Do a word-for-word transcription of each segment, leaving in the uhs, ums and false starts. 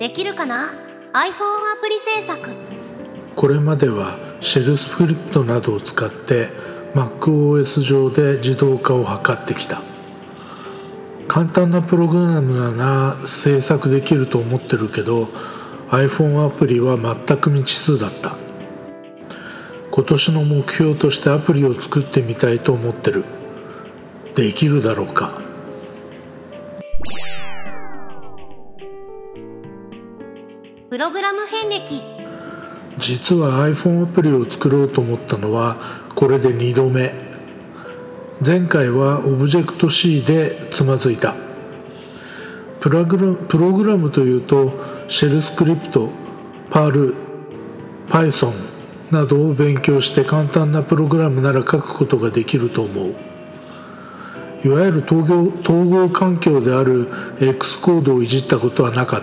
できるかな？ iPhone アプリ制作。 これまではシェルスクリプトなどを使って MacOS 上で自動化を図ってきた。簡単なプログラムなら制作できると思ってるけど iPhone アプリは全く未知数だった。今年の目標としてアプリを作ってみたいと思ってる。できるだろうか。 プログラム遍歴。 実は iPhone アプリを作ろうと思ったのはこれでにどめ。前回は オブジェクトシー でつまずいた。プログラム、プログラムというとシェルスクリプト、パール、Python などを勉強して簡単なプログラムなら書くことができると思う。いわゆる統合、統合環境である X コードをいじったことはなかった。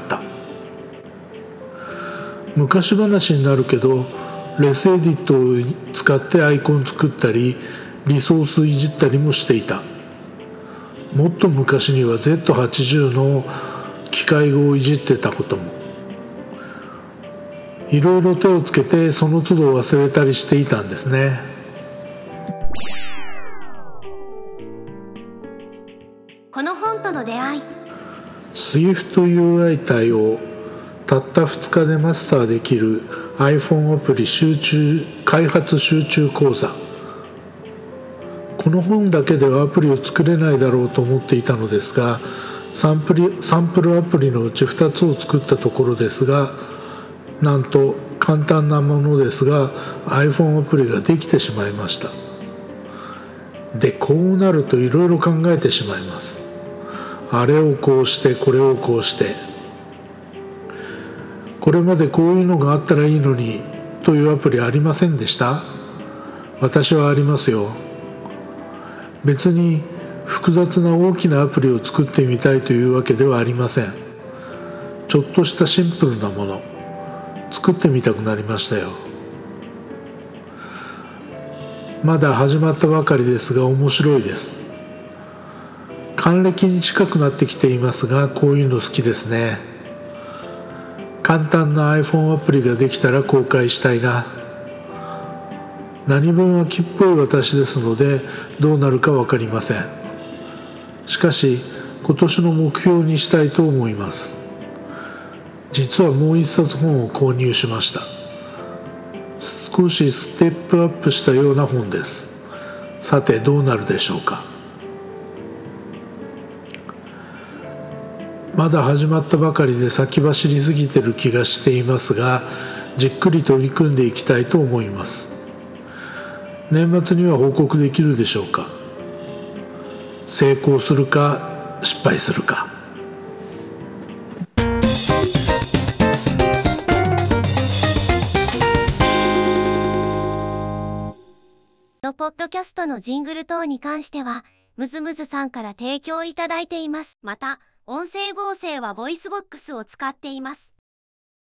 昔話になるけどレスエディットを使ってアイコン作ったりリソースいじったりもしていた。もっと昔には ゼットはちじゅう の機械語をいじってたことも。いろいろ手をつけてその都度忘れたりしていたんですね。 この本との出会い。 Swift ユーアイ 対応たったふつかでマスターできる iPhone アプリ集中開発集中講座。この本だけではアプリを作れないだろうと思っていたのですがサンプル、サンプルアプリのうちふたつを作ったところですがなんと簡単なものですが iPhone アプリができてしまいました。でこうなるといろいろ考えてしまいます。あれをこうしてこれをこうしてこれまでこういうのがあったらいいのにというアプリありませんでした？私はありますよ。別に複雑な大きなアプリを作ってみたいというわけではありません。ちょっとしたシンプルなもの作ってみたくなりましたよ。まだ始まったばかりですが面白いです。還暦に近くなってきていますがこういうの好きですね。簡単な iPhone アプリができたら公開したいな。何分秋っぽい私ですのでどうなるか分かりません。しかし今年の目標にしたいと思います。実はもう一冊本を購入しました。少しステップアップしたような本です。さてどうなるでしょうか。まだ始まったばかりで先走りすぎてる気がしていますがじっくり取り組んでいきたいと思います。年末には報告できるでしょうか。成功するか失敗するか。 のポッドキャストのジングル等に関してはムズムズさんから提供いただいています。また音声合成はボイスボックスを使っています。